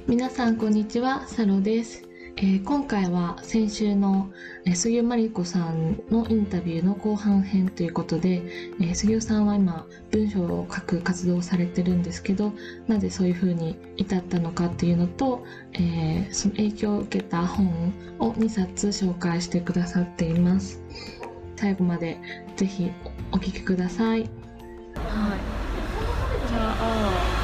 皆さんこんにちは、サロです。今回は先週の杉尾まりこさんのインタビューの後半編ということで、杉尾さんは今文章を書く活動をされてるんですけど、なぜそういう風に至ったのかっていうのと、その影響を受けた本を2冊紹介してくださっています。最後までぜひお聞きください。 はい。じゃあ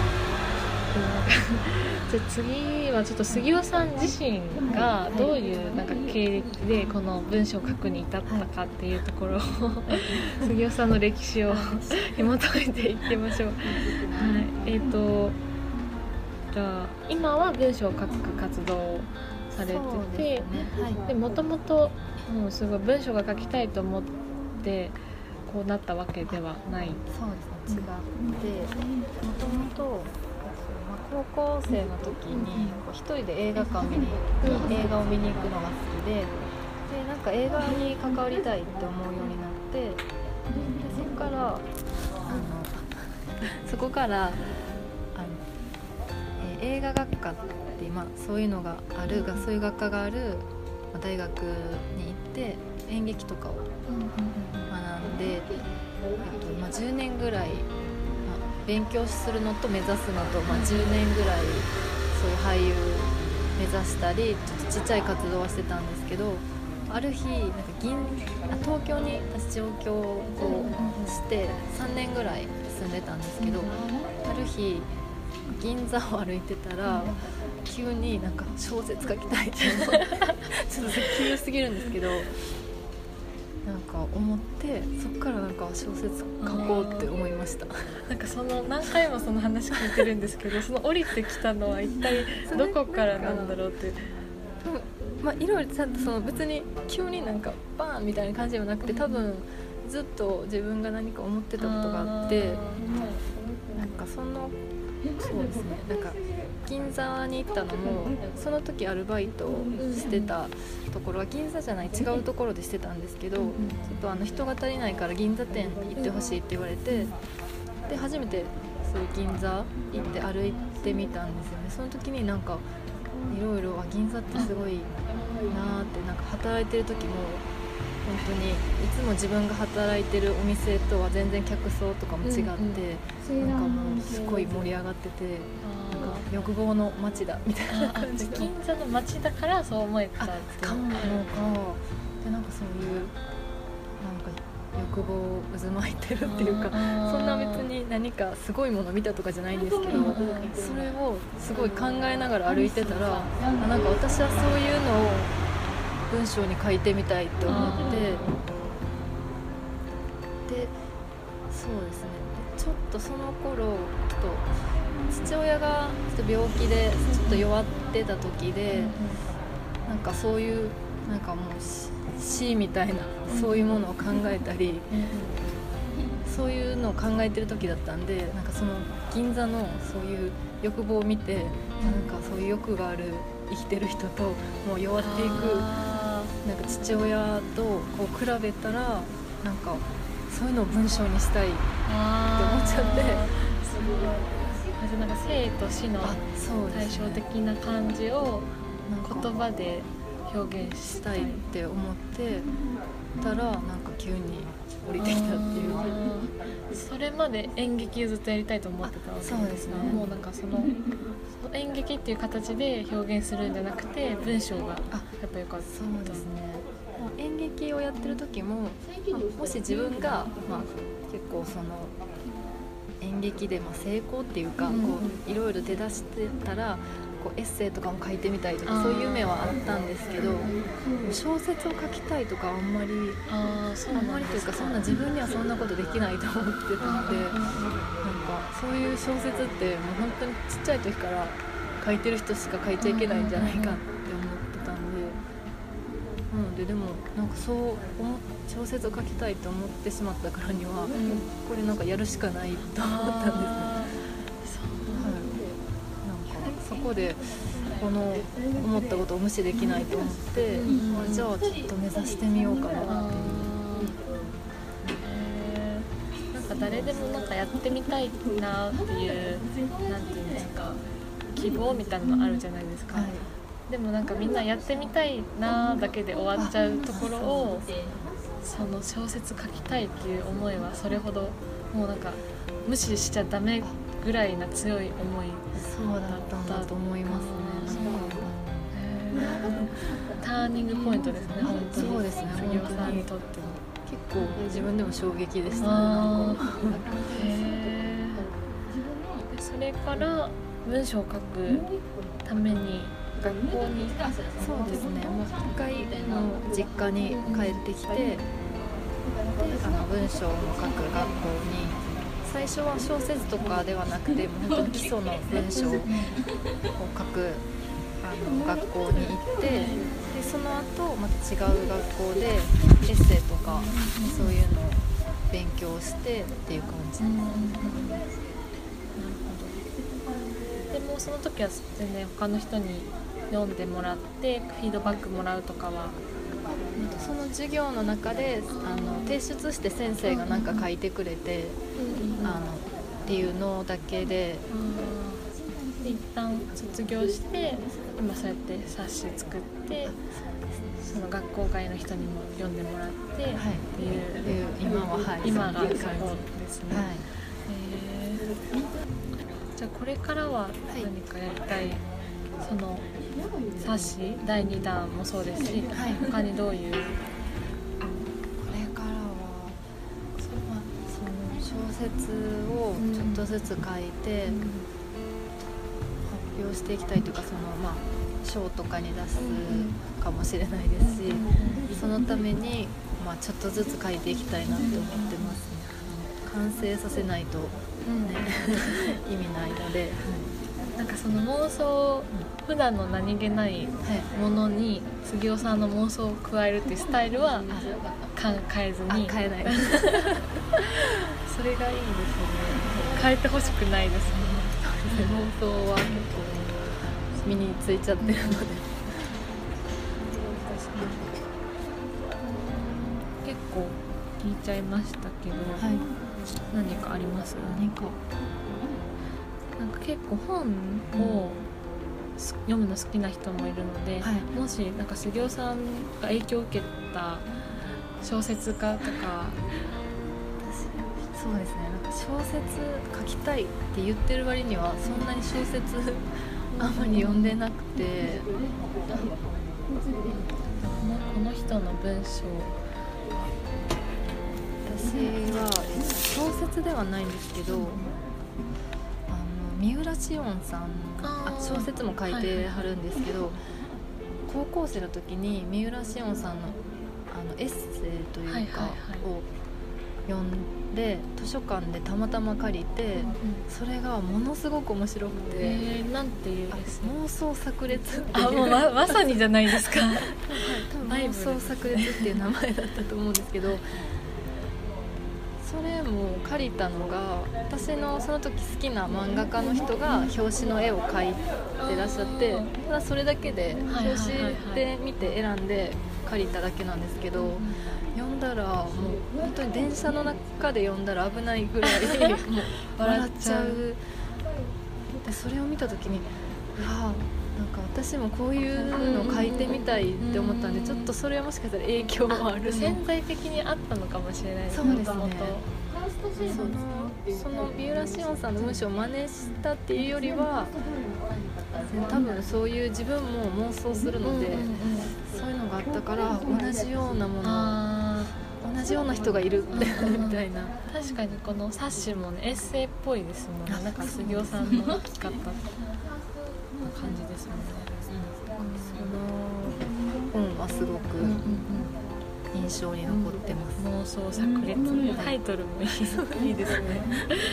じゃあ次はちょっと杉尾さん自身がどういう経歴でこの文章を書くに至ったかっていうところを杉尾さんの歴史を紐解いていきましょう。はい。じゃあ今は文章を書く活動をされてて、でもともとすごい文章が書きたいと思ってこうなったわけではない。 そうですね、違ってもともと高校生の時に一人で映画館映画を見に行くのが好きで、なんか映画に関わりたいって思うようになって、でそこから映画学科って今そういうのがあるそういう学科がある大学に行って演劇とかを学んで、10年ぐらい勉強するのと目指すのと、10年ぐらいそういう俳優目指したりちょっとちっちゃい活動はしてたんですけど、ある日東京に私上京をして3年ぐらい住んでたんですけど、ある日銀座を歩いてたら急に小説書きたいっていうのちょっと急すぎるんですけど思って、そっから小説書こうって思いました。 何回もその話聞いてるんですけどその降りてきたのは一体どこからなんだろうって。 いろいろちゃんと別に急にバーンみたいな感じではなくて、多分ずっと自分が何か思ってたことがあって、そうですね、銀座に行ったのもその時アルバイトをしてたところは銀座じゃない違うところでしてたんですけど、ちょっと人が足りないから銀座店に行ってほしいって言われて、で初めてそういう銀座行って歩いてみたんですよね。その時にいろいろ銀座ってすごいなーって、働いてる時も本当にいつも自分が働いてるお店とは全然客層とかも違って、もうすごい盛り上がってて、欲望の街だみたいな感じ。 銀座の街だからそう思えたっていうかもでそういう欲望渦巻いてるっていうか、そんな別に何かすごいもの見たとかじゃないんですけど、それをすごい考えながら歩いてたら、私はそういうのを文章に書いてみたいって思って、でそうですね、ちょっとその頃父親がちょっと病気でちょっと弱ってた時で、そういうもう死みたいなそういうものを考えたり、そういうのを考えてる時だったんで、その銀座のそういう欲望を見て、そういう欲がある生きてる人ともう弱っていく父親とこう比べたらそういうのを文章にしたいって思っちゃって、 生と死の対照的な感じを言葉で表現したいって思ってたら急に降りてきたっていう。 それまで演劇をずっとやりたいと思ってたわけですか？ そうですね。 もうその演劇っていう形で表現するんじゃなくて文章がやっぱ良かった。 そうですね。演劇をやってる時も、もし自分が、結構演劇で成功っていうか、いろいろ出だしてたらエッセイとかも書いてみたいとか、そういう夢はあったんですけど、小説を書きたいとかあんまりというか、そんな自分にはそんなことできないと思ってたので、そういう小説ってもう本当にちっちゃい時から書いてる人しか書いちゃいけないんじゃないかって思ってたんで、なのででも小説を書きたいと思ってしまったからには、これやるしかないと思ったんですね。そこで思ったことを無視できないと思って、じゃあちょっと目指してみようかなって誰でもやってみたいなっていう、なんていうんですか、 希望みたいなのあるじゃないですか、 はい、 でもなんかみんなやってみたいなだけで終わっちゃうところを、その小説書きたいっていう思いはそれほどもうなんか無視しちゃダメぐらいな強い思いそうだったんだと思いますね。 ターニングポイントですね、本当に。 そうですね、 杉尾さんにとっても結構自分でも衝撃でしたね。 それから文章を書くために学校に。 そうですね、もう一回実家に帰ってきて、で文章を書く学校に、最初は小説とかではなくて本当に基礎の文章を書く学校に行って、でその後また違う学校でエッセイとかそういうのを勉強してっていう感じです。なるほど。でもその時は全然他の人に読んでもらってフィードバックもらうとかは、 その授業の中で提出して先生が何か書いてくれて、っていうのだけで、 で一旦卒業して今そうやって冊子作ってその学校外の人にも読んでもらって、はい、っていう今は、はい、 今がそうですね、はい。じゃあこれからは何かやりたい、その冊子第2弾もそうですし、はい、他にどういう、 これからはその小説をちょっとずつ書いて、発表していきたいというか、賞とかに出すかもしれないですし、そのために、ちょっとずつ書いていきたいなって思ってますね。完成させないと、ね意味ないので、 なんかその妄想、普段の何気ないものに杉尾さんの妄想を加えるっていうスタイルは変えずに、 変えないですそれがいいですね。変えてほしくないですね。 妄想は結構身についちゃってるので、 結構聞いちゃいましたけど、はい、何かあります？なんか結構本を読むの好きな人もいるので、はい、もしなんか杉尾さんが影響を受けた小説家とか。 そうですね、なんか小説書きたいって言ってる割にはそんなに小説あんまり読んでなくて、 この人の文章、 私は小説ではないんですけど、三浦紫音さん、小説も書いてはるんですけど、高校生の時に三浦紫音さんのエッセイというかを読んで、図書館でたまたま借りて、それがものすごく面白くて、 なんていう妄想炸裂っていう、もう まさにじゃないですか多分妄想炸裂っていう名前だったと思うんですけど、それも借りたのが私のその時好きな漫画家の人が表紙の絵を描いてらっしゃって、ただそれだけで表紙で見て選んで借りただけなんですけど、読んだらもう本当に電車の中で読んだら危ないぐらいもう笑っちゃう。でそれを見た時に、なんか私もこういうのを書いてみたいって思ったんで、ちょっとそれはもしかしたら影響はある、 潜在的にあったのかもしれないです。 そうですね。その三浦紫音さんの文章を真似したっていうよりは、多分そういう自分も妄想するので、そういうのがあったから同じようなもの、同じような人がいるみたいな。 確かにこの冊子もね、エッセイっぽいですもんね。なんか杉尾さんの書き方感じですもんね。 その本はすごく印象に残ってます。 妄想炸裂、タイトルもいいですね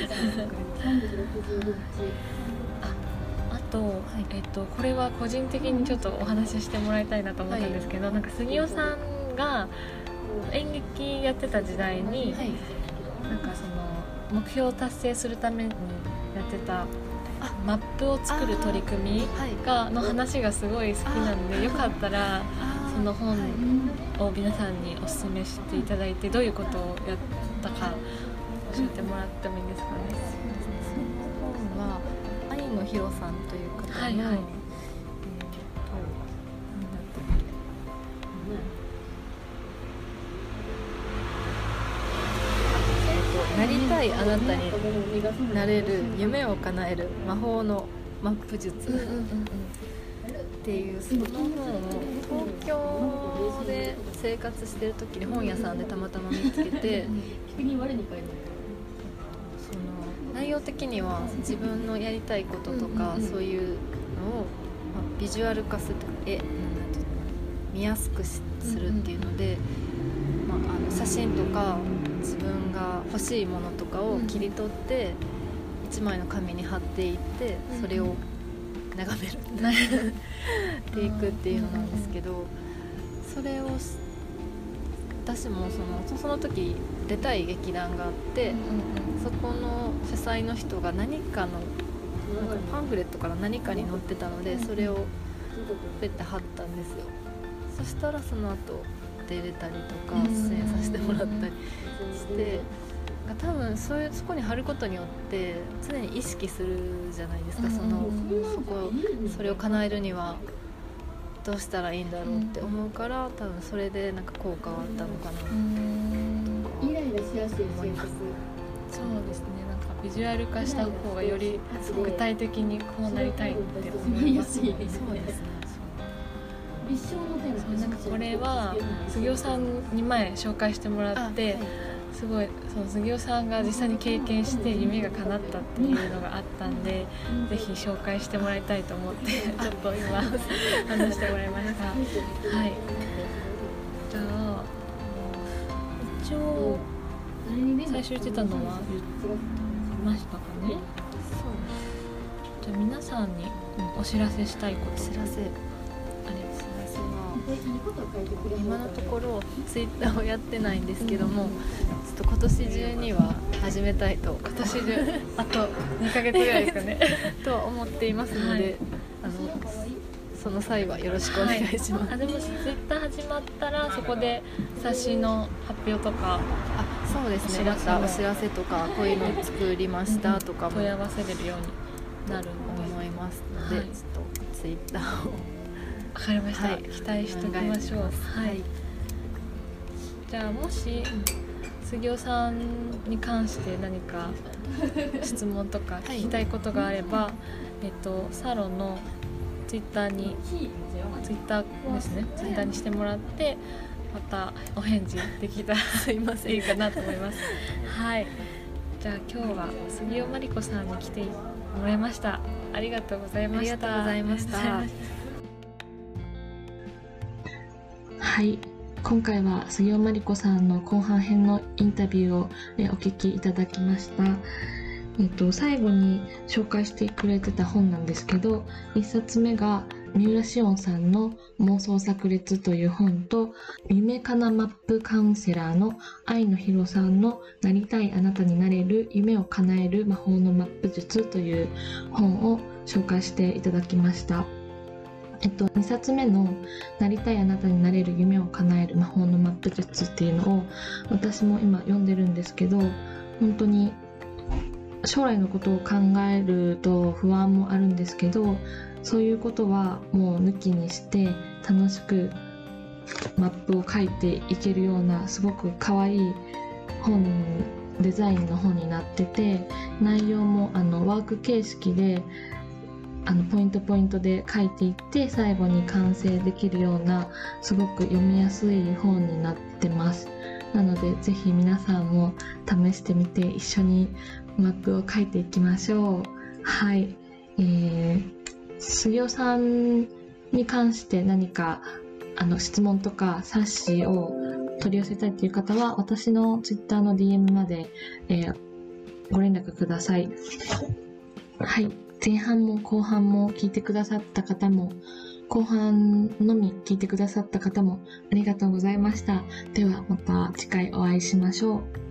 あと、これは個人的にちょっとお話ししてもらいたいなと思ったんですけど、なんか杉尾さんが演劇やってた時代に、なんかその目標を達成するためにやってたマップを作る取り組みの話がすごい好きなんで、よかったらその本を皆さんにお勧めしていただいて、どういうことをやったか教えてもらってもいいですかね。 その本は愛のひろさんという方の、 はいはいなんだっけなりたいあなたになれる夢を叶える魔法のマップ術っていうその本を東京で生活してる時に本屋さんでたまたま見つけてその内容的には自分のやりたいこととかそういうのを、ビジュアル化するとか見やすくするっていうので、写真とか自分が欲しいものとかを切り取って1枚の紙に貼っていってそれを眺めるっていくっていうのなんですけど、それを私もその時出たい劇団があって、そこの主催の人が何かのパンフレットから何かに載ってたのでそれをペッて貼ったんですよ。そしたらその後出れたりとか出演させてもらったりして多分そこに貼ることによって常に意識するじゃないですか。それを叶えるにはどうしたらいいんだろうって思うから多分それでなんか効果はあったのかなと思います。 そうですね、なんかビジュアル化した方がより具体的にこうなりたいって思いますね。 そうですね。 そうなんかこれは杉尾さんに前紹介してもらって、すごいその杉尾さんが実際に経験して夢が叶ったっていうのがあったんで、ぜひ紹介してもらいたいと思ってちょっと今話してもらいました。はい。じゃあ一応最初言ってたのは言ってましたかね。じゃあ皆さんにお知らせしたいこと。今のところツイッターをやってないんですけども、ちょっと今年中には始めたいと今年中あと2ヶ月ぐらいですかねとは思っていますので、その際はよろしくお願いします。でもツイッター始まったらそこで冊子の発表とか、 そうですね、またお知らせとかこういうのを作りましたとかも問い合わせれるようになる思いますので、ちょっとツイッターをわかりました、期待しておきましょう。じゃあもし杉尾さんに関して何か質問とか聞きたいことがあれば、サロンのツイッターですね、ツイッターにしてもらってまたお返事できたらすいませんいいかなと思います。はい、じゃあ今日は杉尾まりこさんに来てもらいました。ありがとうございました。 ありがとうございました。 はい、今回は杉尾まりこさんの後半編のインタビューをお聞きいただきました。最後に紹介してくれてた本なんですけど、1冊目が三浦紫音さんの妄想炸裂という本と、夢かなマップカウンセラーの愛野ひろさんのなりたいあなたになれる夢を叶える魔法のマップ術という本を紹介していただきました。2冊目のなりたいあなたになれる夢を叶える魔法のマップ術っていうのを私も今読んでるんですけど、本当に将来のことを考えると不安もあるんですけど、そういうことはもう抜きにして楽しくマップを書いていけるようなすごく可愛いデザインの本になってて、内容もワーク形式でポイントポイントで書いていって最後に完成できるようなすごく読みやすい本になってます。なのでぜひ皆さんも試してみて一緒にマップを書いていきましょう。はい、杉尾さんに関して何か質問とか冊子を取り寄せたいという方は私の Twitter の DM まで、ご連絡ください。はい、前半も後半も聞いてくださった方も後半のみ聞いてくださった方もありがとうございました。ではまた次回お会いしましょう。